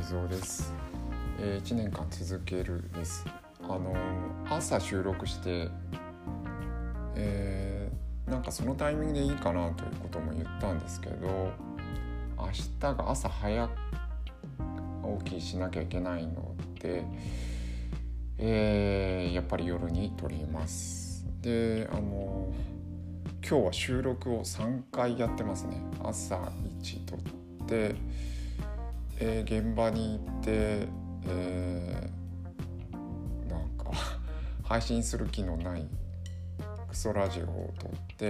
蔵です。1年間続けるです。朝収録して、なんかそのタイミングでいいかなということも言ったんですけど、明日が朝早起きしなきゃいけないので、やっぱり夜に撮ります。で、今日は収録を3回やってますね。朝1撮って、現場に行って、なんか配信する気のないクソラジオを撮って、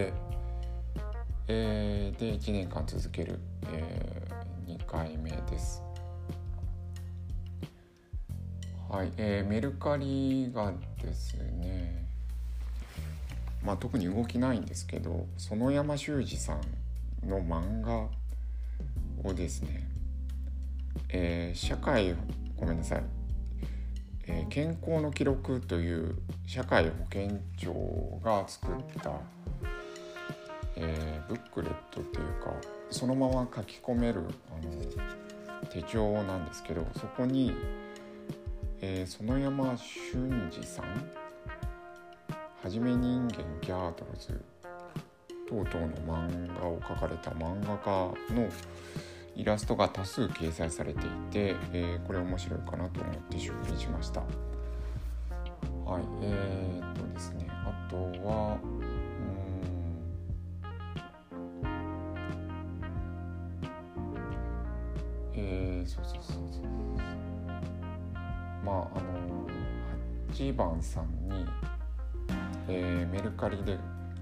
で1年間続ける、2回目です。はい、メルカリがですね、特に動きないんですけど、園山修司さんの漫画をですね、健康の記録という社会保険庁が作った、ブックレットっていうか、そのまま書き込める手帳なんですけど、そこに、園山俊司さん、はじめ人間ギャートルズ等々の漫画を描かれた漫画家のイラストが多数掲載されていて、これ面白いかなと思って出品しました。はい、ですね、あとは8番さんに、メルカリで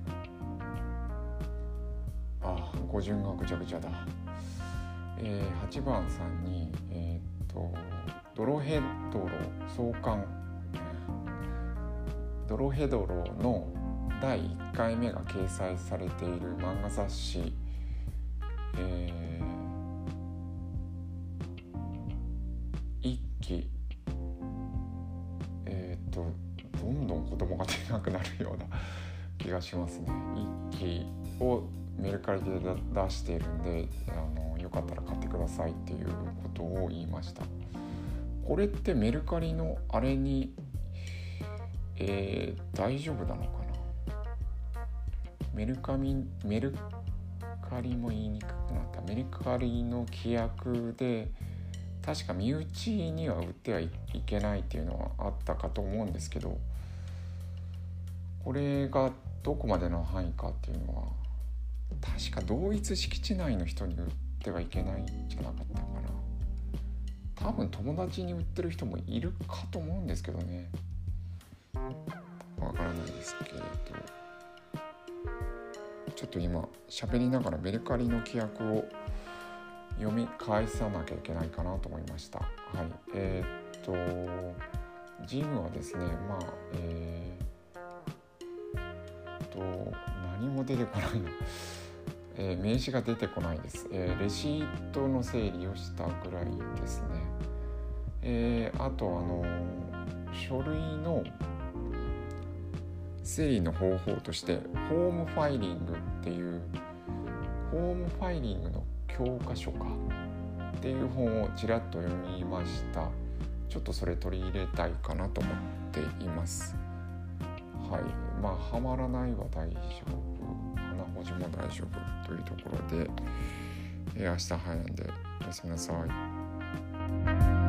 語順がぐちゃぐちゃだ。8番さんに、ドロヘドロ創刊、ドロヘドロの第1回目が掲載されている漫画雑誌、一期、どんどん言葉が出なくなるような気がしますね。一期をメルカリで出しているんで、よかったら買ってくださいっていうことを言いました。これってメルカリのあれに、大丈夫なのかな。メルカリも言いにくくなった。メルカリの規約で確か身内には売ってはいけないっていうのはあったかと思うんですけど、これがどこまでの範囲かっていうのは確か同一敷地内の人に売ってはいけないんじゃなかったかな。多分友達に売ってる人もいるかと思うんですけどね、わからないですけれど、ちょっと今喋りながらメルカリの規約を読み返さなきゃいけないかなと思いました。はい、ジムはですね、何も出てこないの、名刺が出てこないです。レシートの整理をしたぐらいですね。あと書類の整理の方法としてホームファイリングっていうホームファイリングの教科書かっていう本をちらっと読みました。ちょっとそれ取り入れたいかなと思っています。はい、はまらないは大丈夫、鼻ほじも大丈夫というところで、明日早いんでおやすみなさい。